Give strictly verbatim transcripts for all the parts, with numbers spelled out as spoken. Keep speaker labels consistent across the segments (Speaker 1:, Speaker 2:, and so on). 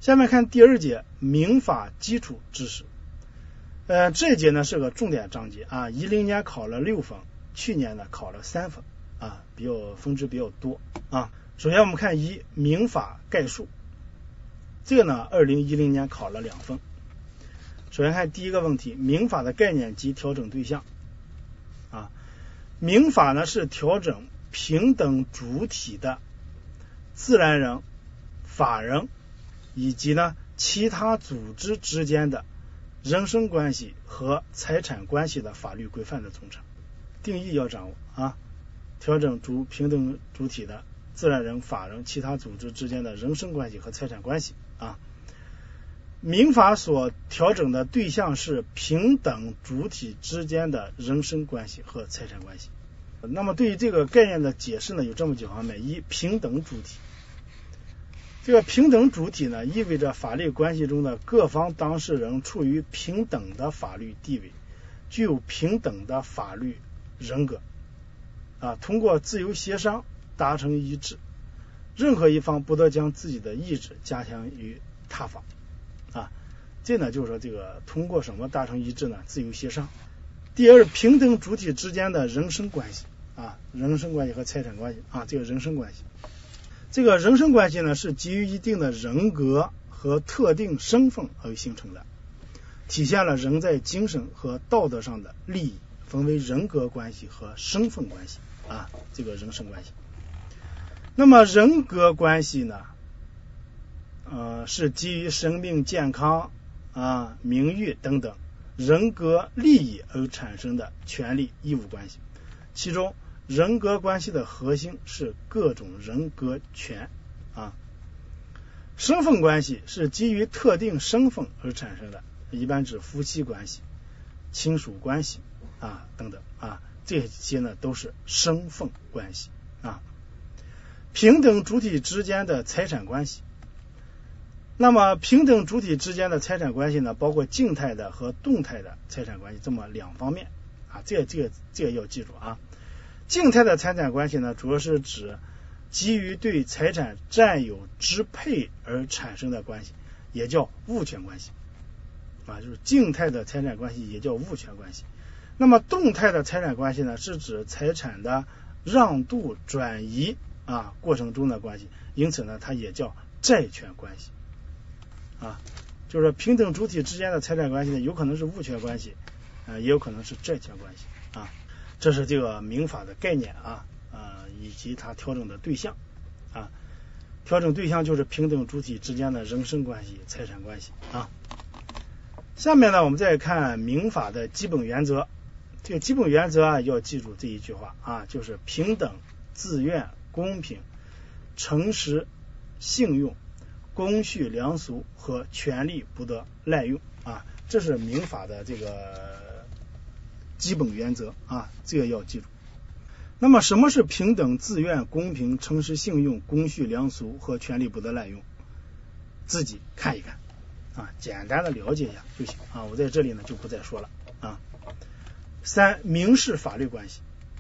Speaker 1: 下面看第二节民法基础知识。呃，这一节呢是个重点章节啊，一零年考了六分，去年呢考了三分啊，比较分值比较多啊。首先我们看一民法概述，这个呢二零一零年考了两分。首先看第一个问题，民法的概念及调整对象啊。民法呢是调整平等主体的自然人、法人以及呢其他组织之间的人身关系和财产关系的法律规范的总称。定义要掌握啊，调整主平等主体的自然人、法人、其他组织之间的人身关系和财产关系啊。民法所调整的对象是平等主体之间的人身关系和财产关系。那么对于这个概念的解释呢，有这么几方面。一、平等主体。这个平等主体呢，意味着法律关系中的各方当事人处于平等的法律地位，具有平等的法律人格啊，通过自由协商达成一致，任何一方不得将自己的意志加强于他方啊。这呢就是说这个通过什么达成一致呢？自由协商。第二，平等主体之间的人身关系啊，人身关系和财产关系啊，这个人身关系。这个人身关系呢是基于一定的人格和特定身份而形成的，体现了人在精神和道德上的利益，分为人格关系和身份关系啊，这个人身关系。那么人格关系呢，呃，是基于生命健康啊、名誉等等人格利益而产生的权利义务关系，其中人格关系的核心是各种人格权啊。身份关系是基于特定身份而产生的，一般指夫妻关系、亲属关系啊等等啊，这些呢都是身份关系啊。平等主体之间的财产关系，那么平等主体之间的财产关系呢，包括静态的和动态的财产关系这么两方面啊，这个这个这个要记住啊。静态的财产关系呢，主要是指基于对财产占有支配而产生的关系，也叫物权关系啊，就是静态的财产关系也叫物权关系。那么动态的财产关系呢，是指财产的让渡转移啊过程中的关系，因此呢它也叫债权关系啊，就是平等主体之间的财产关系呢，有可能是物权关系啊，也有可能是债权关系啊。这是这个民法的概念啊，呃，以及它调整的对象啊。调整对象就是平等主体之间的人身关系、财产关系啊。下面呢，我们再看民法的基本原则。这个基本原则啊，要记住这一句话啊，就是平等、自愿、公平、诚实、信用、公序良俗和权利不得滥用啊，这是民法的这个基本原则啊，这个要记住。那么什么是平等、自愿、公平、诚实、信用、公序良俗和权利不得滥用？自己看一看啊，简单的了解一下就行啊，我在这里呢就不再说了啊。三、民事法律关系。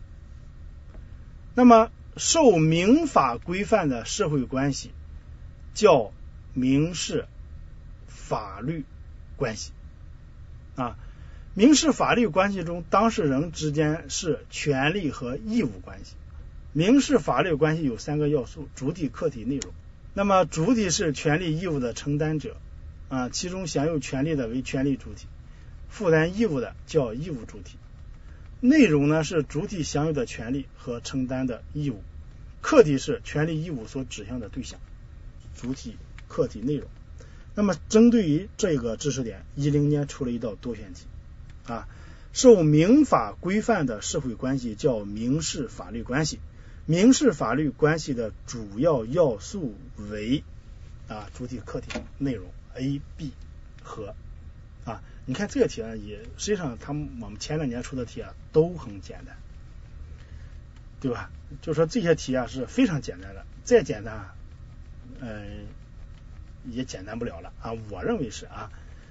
Speaker 1: 那么受民法规范的社会关系叫民事法律关系啊。民事法律关系中，当事人之间是权利和义务关系。民事法律关系有三个要素：主体、客体、内容。那么主体是权利义务的承担者啊，其中享有权利的为权利主体，负担义务的叫义务主体。内容呢是主体享有的权利和承担的义务，客体是权利义务所指向的对象。主体、客体、内容。那么针对于这个知识点，一零年出了一道多选题啊，受民法规范的社会关系叫民事法律关系。民事法律关系的主要要素为啊主体、客体、内容 A、B 和啊，你看这个题呢，也实际上他们我们前两年出的题啊都很简单，对吧？就说这些题啊是非常简单的，再简单啊，嗯、呃，也简单不了了啊，我认为是啊。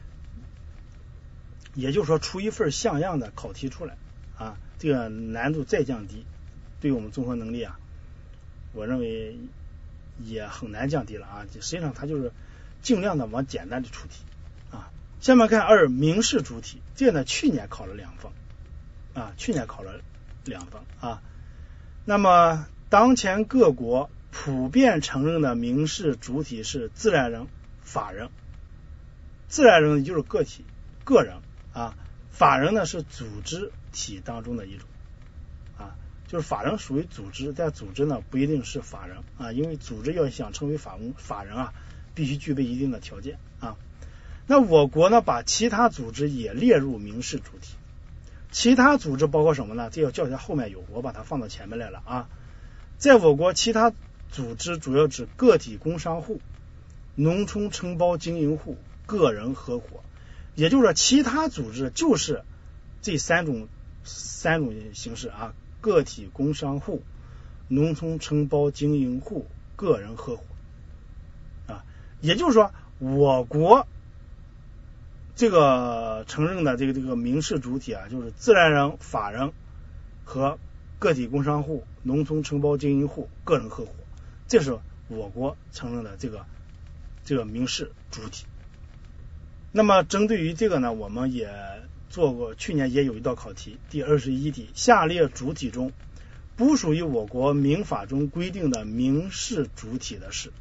Speaker 1: 也就是说出一份像样的考题出来啊，这个难度再降低，对我们综合能力啊，我认为也很难降低了啊。实际上它就是尽量的往简单的出题啊。下面看二民事主体，这个呢去年考了两分啊，去年考了两分啊。那么当前各国普遍承认的民事主体是自然人、法人。自然人就是个体、个人啊，法人呢是组织体当中的一种啊，就是法人属于组织，但组织呢不一定是法人啊，因为组织要想成为法法人啊，必须具备一定的条件啊。那我国呢把其他组织也列入民事主体，其他组织包括什么呢？这个教材后面有，我把它放到前面来了啊。在我国，其他组织主要指个体工商户、农村承包经营户、个人合伙，也就是说，其他组织就是这三种三种形式啊：个体工商户、农村承包经营户、个人合伙啊。也就是说，我国这个承认的这个这个民事主体啊，就是自然人、法人和个体工商户、农村承包经营户、个人合伙，这是我国承认的这个这个民事主体。那么针对于这个呢，我们也做过，去年也有一道考题，第二十一题，下列主体中不属于我国民法中规定的民事主体的是，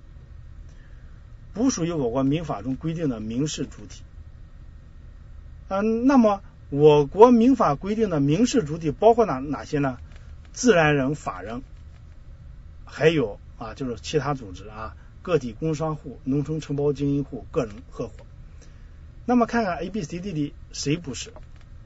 Speaker 1: 不属于我国民法中规定的民事主体。嗯，那么我国民法规定的民事主体包括哪哪些呢？自然人、法人，还有啊就是其他组织啊，个体工商户、农村承包经营户、个人合伙。那么看看 A B C D 里谁不是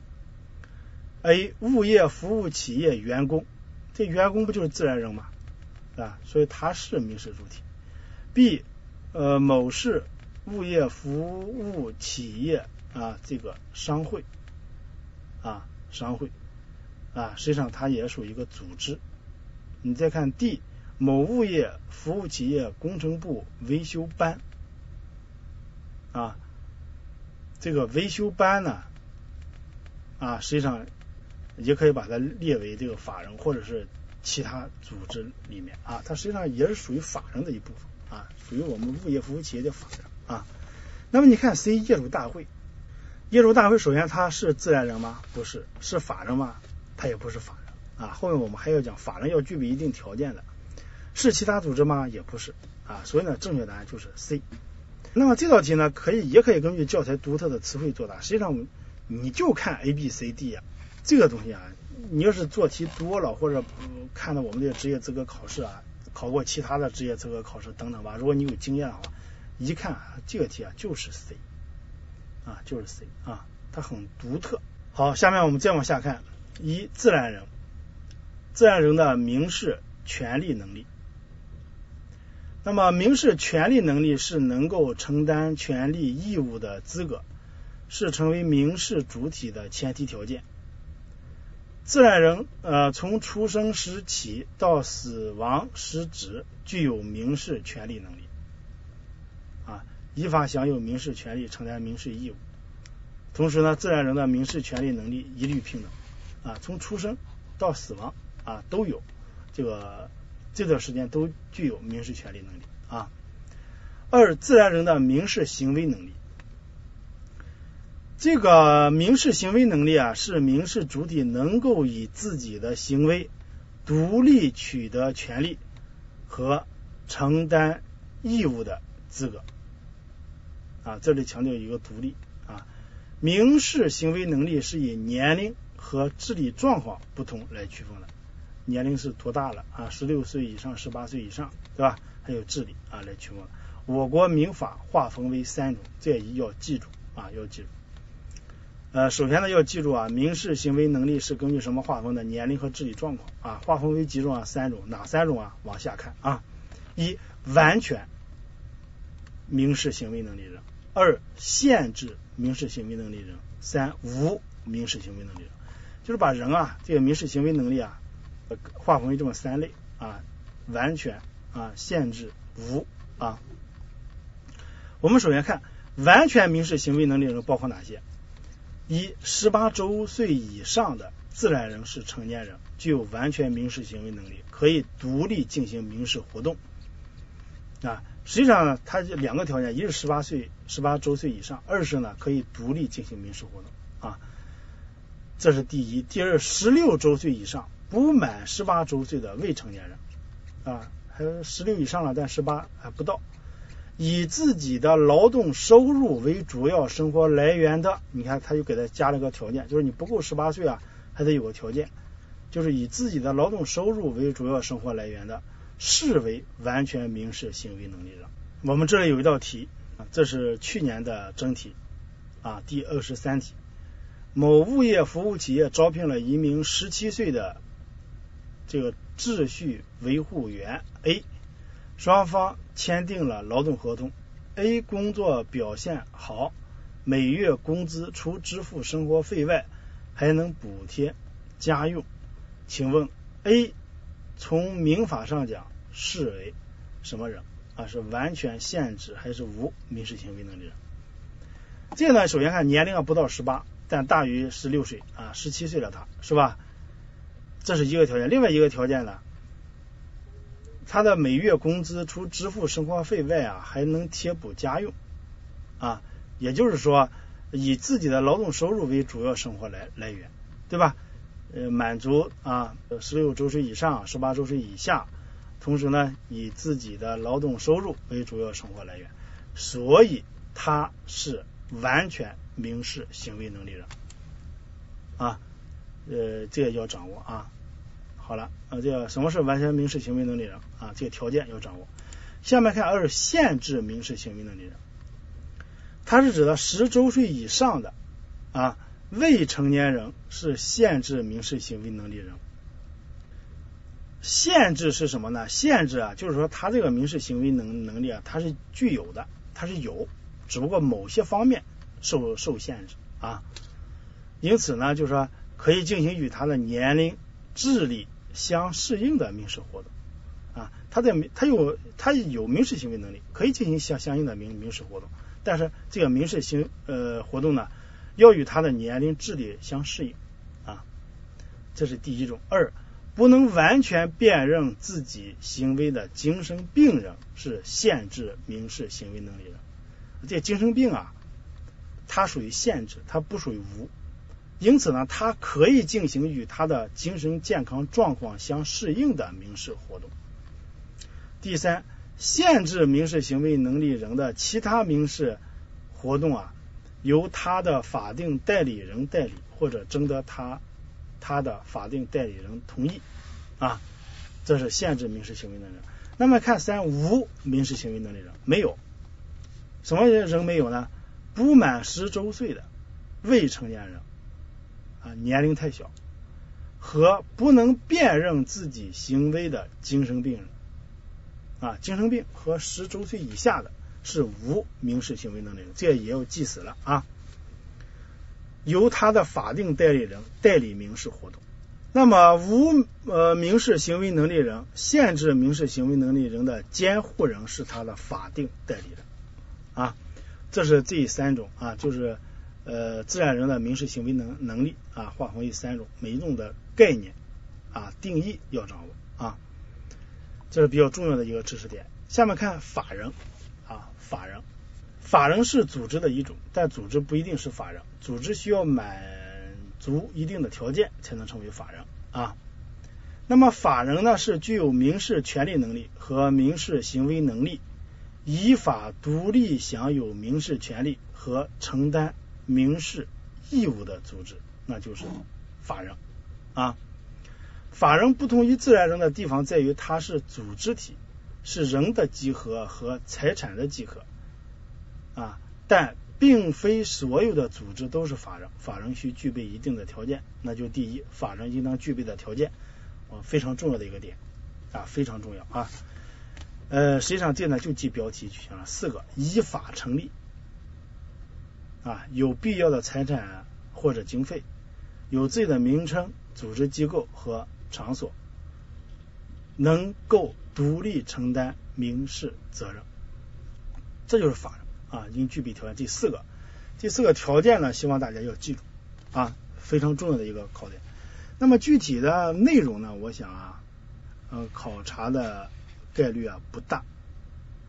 Speaker 1: ？A 物业服务企业员工，这员工不就是自然人吗？啊，所以它是民事主体。B 呃某市物业服务企业啊这个商会啊商会啊，实际上它也属于一个组织。你再看 D 某物业服务企业工程部维修班啊。这个维修班呢啊，实际上也可以把它列为这个法人或者是其他组织里面啊，它实际上也是属于法人的一部分啊，属于我们物业服务企业的法人啊。那么你看 C 业主大会，业主大会首先它是自然人吗？不是。是法人吗？它也不是法人啊。后面我们还要讲法人要具备一定条件的。是其他组织吗？也不是啊。所以呢，正确答案就是 C。那么这道题呢，可以也可以根据教材独特的词汇作答。实际上你就看 A B C D 啊，这个东西啊，你要是做题多了，或者、嗯、看到我们这个职业资格考试啊，考过其他的职业资格考试等等吧，如果你有经验的话，一看、啊、这个题啊就是 C 啊，就是 C 啊，它很独特。好，下面我们再往下看，一自然人，自然人的民事权利能力。那么民事权利能力是能够承担权利义务的资格，是成为民事主体的前提条件。自然人呃从出生时起到死亡时止具有民事权利能力啊，依法享有民事权利，承担民事义务。同时呢，自然人的民事权利能力一律平等啊，从出生到死亡啊都有这个这段时间都具有民事权利能力啊。二、自然人的民事行为能力。这个民事行为能力啊，是民事主体能够以自己的行为独立取得权利和承担义务的资格啊。这里强调一个独立啊。民事行为能力是以年龄和智力状况不同来区分的。年龄是多大了啊？十六岁以上、十八岁以上，对吧？还有智力啊来区分。我国民法划分为三种，这也要记住啊，要记住。呃，首先呢要记住啊，民事行为能力是根据什么划分的？年龄和智力状况啊，划分为几种啊？三种，哪三种啊？往下看啊。一、完全民事行为能力人；二、限制民事行为能力人；三、无民事行为能力人。就是把人啊这个民事行为能力啊划分为这么三类啊，完全啊、限制、无啊。我们首先看完全民事行为能力人包括哪些？一、十八周岁以上的自然人是成年人，具有完全民事行为能力，可以独立进行民事活动啊。 实际上呢，它两个条件，一是十八岁十八周岁以上，二是呢可以独立进行民事活动啊，这是第一。第二，十六周岁以上不满十八周岁的未成年人啊，还有十六以上了，但十八还不到，以自己的劳动收入为主要生活来源的，你看他就给他加了个条件，就是你不够十八岁啊，还得有个条件，就是以自己的劳动收入为主要生活来源的，视为完全民事行为能力人。我们这里有一道题，这是去年的真题啊，第二十三题。某物业服务企业招聘了一名十七岁的这个秩序维护员 A， 双方签订了劳动合同。 A 工作表现好，每月工资除支付生活费外还能补贴家用，请问 A 从民法上讲视为什么人啊？是完全限制还是无民事行为能力人？这个呢，首先看年龄啊不到十八，但大于十六岁啊，十七岁了他是吧？这是一个条件。另外一个条件呢，他的每月工资除支付生活费外啊，还能贴补家用啊，也就是说以自己的劳动收入为主要生活来来源，对吧？呃，满足啊十六周岁以上十八周岁以下，同时呢以自己的劳动收入为主要生活来源，所以他是完全民事行为能力人啊，呃，这个要掌握啊。好了，呃，这个什么是完全民事行为能力人啊？这个条件要掌握。下面看二，限制民事行为能力人，它是指的十周岁以上的啊未成年人是限制民事行为能力人。限制是什么呢？限制啊，就是说他这个民事行为能能力啊，它是具有的，它是有，只不过某些方面受受限制啊。因此呢，就是说可以进行与他的年龄、智力相适应的民事活动啊。他在他有他有民事行为能力，可以进行相相应的民民事活动，但是这个民事行呃活动呢，要与他的年龄、智力相适应啊。这是第一种。二，不能完全辨认自己行为的精神病人是限制民事行为能力人。这精神病啊，它属于限制，它不属于无，因此呢，它可以进行与他的精神健康状况相适应的民事活动。第三，限制民事行为能力人的其他民事活动啊，由他的法定代理人代理或者征得他他的法定代理人同意啊，这是限制民事行为能力人。那么看三，无民事行为能力人，没有。什么人没有呢？不满十周岁的未成年人啊，年龄太小，和不能辨认自己行为的精神病人啊，精神病和十周岁以下的是无民事行为能力人，这也要记死了啊。由他的法定代理人代理民事活动。那么无呃民事行为能力人限制民事行为能力人的监护人是他的法定代理人啊。这是这三种啊，就是呃自然人的民事行为能能力啊，划分为三种，每一种的概念啊定义要掌握啊，这是比较重要的一个知识点。下面看法人啊，法人法人是组织的一种，但组织不一定是法人，组织需要满足一定的条件才能成为法人啊。那么法人呢，是具有民事权利能力和民事行为能力，依法独立享有民事权利和承担民事义务的组织，那就是法人啊。法人不同于自然人的地方在于，它是组织体，是人的集合和财产的集合啊，但并非所有的组织都是法人，法人需具备一定的条件，那就第一，法人应当具备的条件啊，非常重要的一个点啊，非常重要啊。呃，实际上这呢就记标题就行了，四个，依法成立啊，有必要的财产或者经费，有自己的名称、组织机构和场所，能够独立承担民事责任，这就是法人啊，应具备条件。第四个，第四个条件呢，希望大家要记住啊，非常重要的一个考点。那么具体的内容呢，我想啊，呃，考察的概率啊不大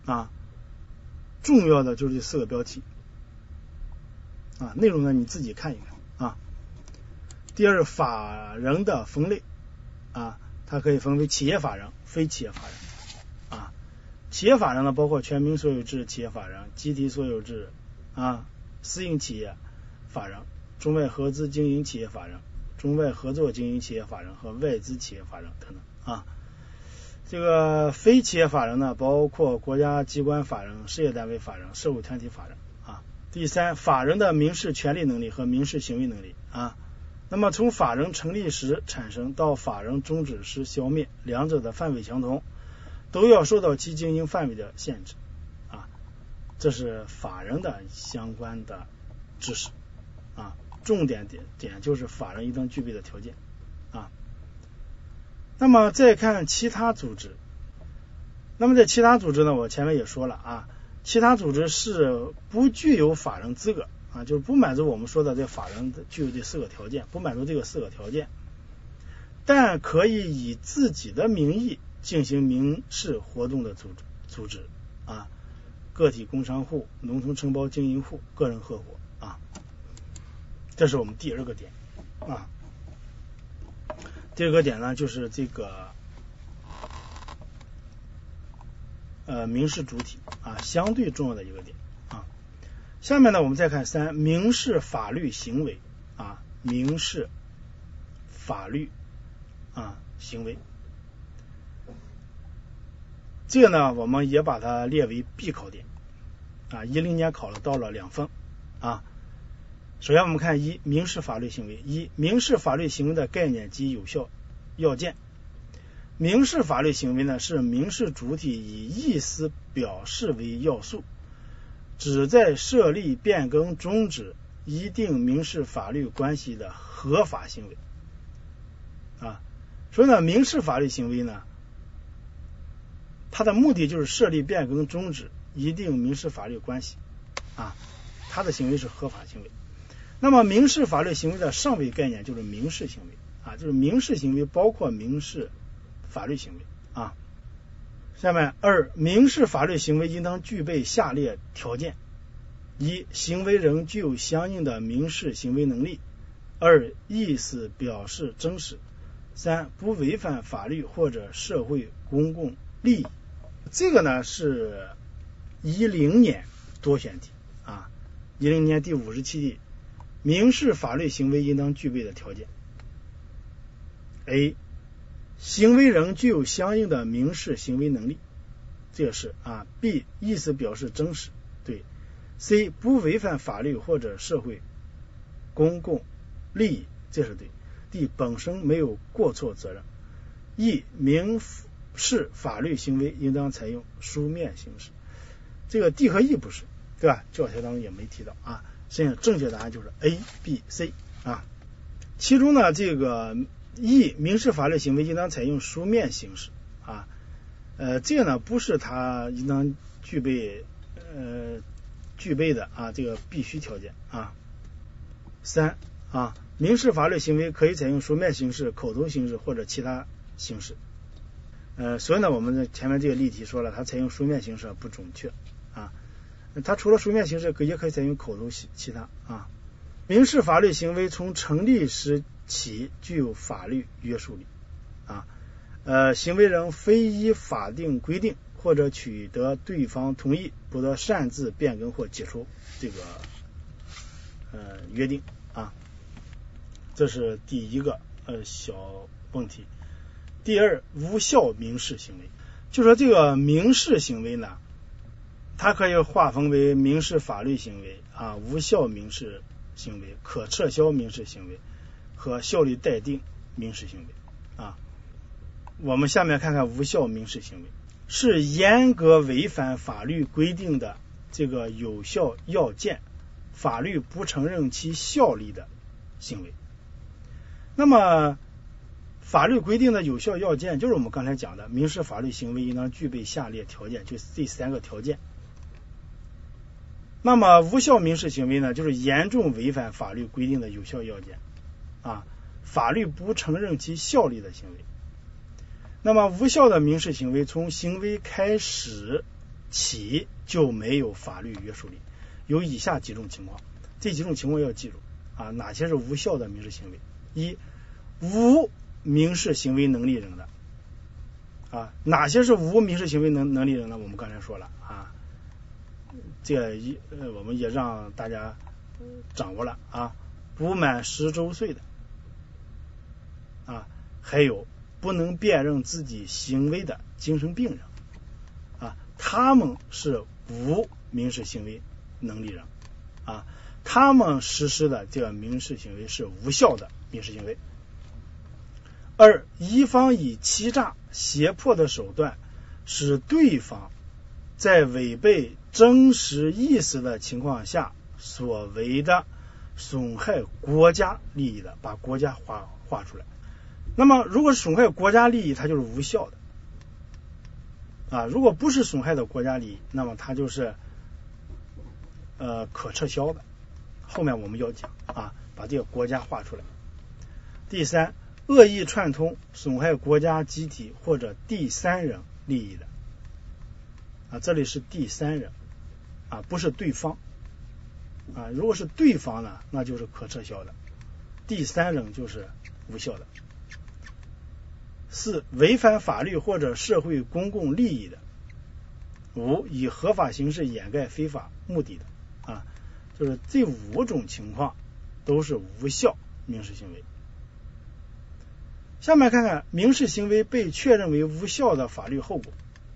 Speaker 1: 啊，重要的就是这四个标题啊，内容呢你自己看一看啊。第二，法人的分类啊，它可以分为企业法人、非企业法人啊。企业法人呢，包括全民所有制企业法人、集体所有制啊、私营企业法人、中外合资经营企业法人、中外合作经营企业法人和外资企业法人等等啊。这个非企业法人呢，包括国家机关法人、事业单位法人、社会团体法人啊。第三，法人的民事权利能力和民事行为能力啊。那么从法人成立时产生到法人终止时消灭，两者的范围相同，都要受到其经营范围的限制啊。这是法人的相关的知识啊，重点点点就是法人一定具备的条件啊。那么再看其他组织，那么在其他组织呢，我前面也说了啊，其他组织是不具有法人资格啊，就是不满足我们说的这法人具有这四个条件，不满足这个四个条件，但可以以自己的名义进行民事活动的组织组织啊，个体工商户、农村承包经营户、个人合伙啊，这是我们第二个点啊。第二个点呢，就是这个呃民事主体啊，相对重要的一个点啊。下面呢，我们再看三，民事法律行为啊，民事法律啊行为，这个呢，我们也把它列为必考点啊，一零年考了到了两分啊。首先我们看一，民事法律行为。一，民事法律行为的概念及有效要件。民事法律行为呢，是民事主体以意思表示为要素，旨在设立、变更、终止一定民事法律关系的合法行为啊。所以呢，民事法律行为呢，它的目的就是设立、变更、终止一定民事法律关系啊，它的行为是合法行为。那么民事法律行为的上位概念就是民事行为啊，就是民事行为包括民事法律行为啊。下面二，民事法律行为应当具备下列条件：一，行为人具有相应的民事行为能力；二，意思表示真实；三，不违反法律或者社会公共利益。这个呢是一零年多选题啊，一零年第五十七题。民事法律行为应当具备的条件 ：A. 行为人具有相应的民事行为能力，这个是啊。B. 意思表示真实，对。C. 不违反法律或者社会公共利益，这是对。D. 本身没有过错责任。E. 民事法律行为应当采用书面形式，这个 D 和 E 不是，对吧？教材当中也没提到啊。现在正确答案就是 A、B、C 啊。其中呢，这个 E 民事法律行为应当采用书面形式啊，呃，这个呢不是它应当具备呃具备的啊这个必须条件啊。三啊，民事法律行为可以采用书面形式、口头形式或者其他形式。呃，所以呢，我们前面这个例题说了，它采用书面形式不准确啊。它除了书面形式，也可以采用口头其他啊。民事法律行为从成立时起具有法律约束力啊。呃，行为人非依法定规定或者取得对方同意，不得擅自变更或解除这个呃约定啊。这是第一个呃小问题。第二，无效民事行为，就说这个民事行为呢，它可以划分为民事法律行为啊、无效民事行为、可撤销民事行为和效力待定民事行为啊。我们下面看看无效民事行为，是严格违反法律规定的这个有效要件，法律不承认其效力的行为。那么法律规定的有效要件就是我们刚才讲的民事法律行为应当具备下列条件，就是这三个条件。那么无效民事行为呢，就是严重违反法律规定的有效要件啊，法律不承认其效力的行为。那么无效的民事行为从行为开始起就没有法律约束力。有以下几种情况，这几种情况要记住啊，哪些是无效的民事行为？一，无民事行为能力人的啊，哪些是无民事行为能能力人呢？我们刚才说了啊，这一呃我们也让大家掌握了啊，不满十周岁的啊，还有不能辨认自己行为的精神病人啊，他们是无民事行为能力人啊，他们实施的这个民事行为是无效的民事行为。二，一方以欺诈、胁迫的手段使对方在违背真实意思的情况下所为的损害国家利益的，把国家划划出来。那么如果是损害国家利益，它就是无效的啊，如果不是损害的国家利益，那么它就是呃可撤销的。后面我们要讲啊，把这个国家划出来。第三，恶意串通损害国家集体或者第三人利益的啊，这里是第三人啊，不是对方啊，如果是对方呢，那就是可撤销的，第三人就是无效的。四，违反法律或者社会公共利益的。五，以合法形式掩盖非法目的的啊，就是这五种情况都是无效民事行为。下面看看民事行为被确认为无效的法律后果。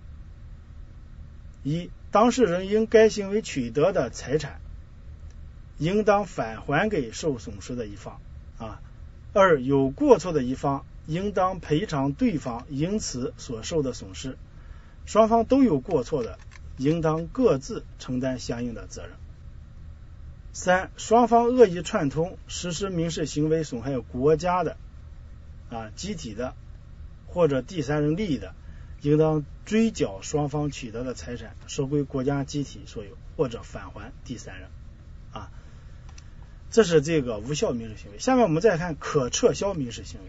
Speaker 1: 一，当事人因该行为取得的财产应当返还给受损失的一方啊。二，有过错的一方应当赔偿对方因此所受的损失，双方都有过错的，应当各自承担相应的责任。三，双方恶意串通实施民事行为损害国家的啊集体的或者第三人利益的，应当追缴双方取得的财产，收归国家集体所有，或者返还第三人啊。这是这个无效民事行为。下面我们再看可撤销民事行为。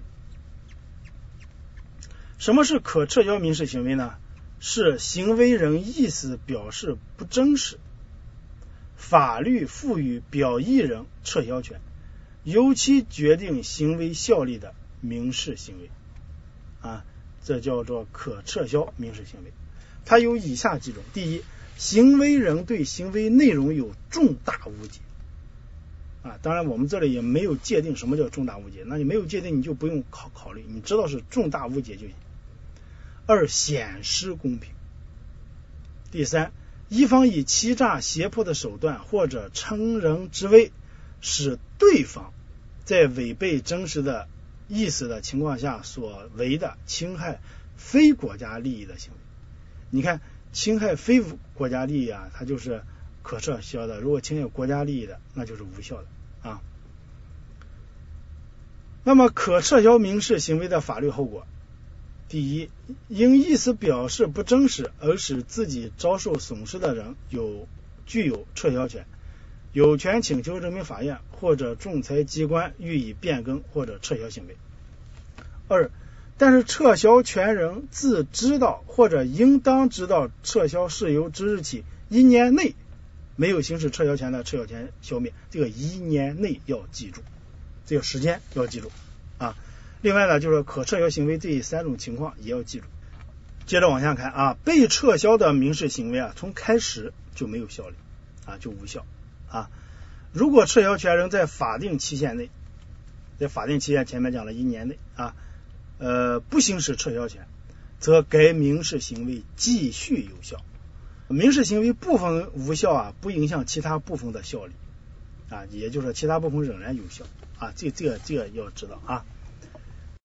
Speaker 1: 什么是可撤销民事行为呢？是行为人意思表示不真实，法律赋予表意人撤销权，由其决定行为效力的民事行为啊，这叫做可撤销民事行为。它有以下几种。第一，行为人对行为内容有重大误解啊，当然我们这里也没有界定什么叫重大误解，那你没有界定你就不用考考虑，你知道是重大误解就行。二，显失公平。第三，一方以欺诈、胁迫的手段或者乘人之危，使对方在违背真实的意思的情况下所为的侵害非国家利益的行为。你看，侵害非国家利益啊，它就是可撤销的；如果侵害国家利益的，那就是无效的啊。那么，可撤销民事行为的法律后果。第一，因意思表示不真实而使自己遭受损失的人有具有撤销权，有权请求人民法院或者仲裁机关予以变更或者撤销行为。二，但是撤销权人自知道或者应当知道撤销事由之日起一年内没有行使撤销权的，撤销权消灭。这个一年内要记住，这个时间要记住啊。另外呢，就是可撤销行为这三种情况也要记住。接着往下看啊，被撤销的民事行为啊，从开始就没有效力啊，就无效啊。如果撤销权人在法定期限内，在法定期限前面讲了一年内啊，呃，不行使撤销权，则该民事行为继续有效。民事行为部分无效啊，不影响其他部分的效力啊，也就是说其他部分仍然有效啊。这这个这个要知道啊。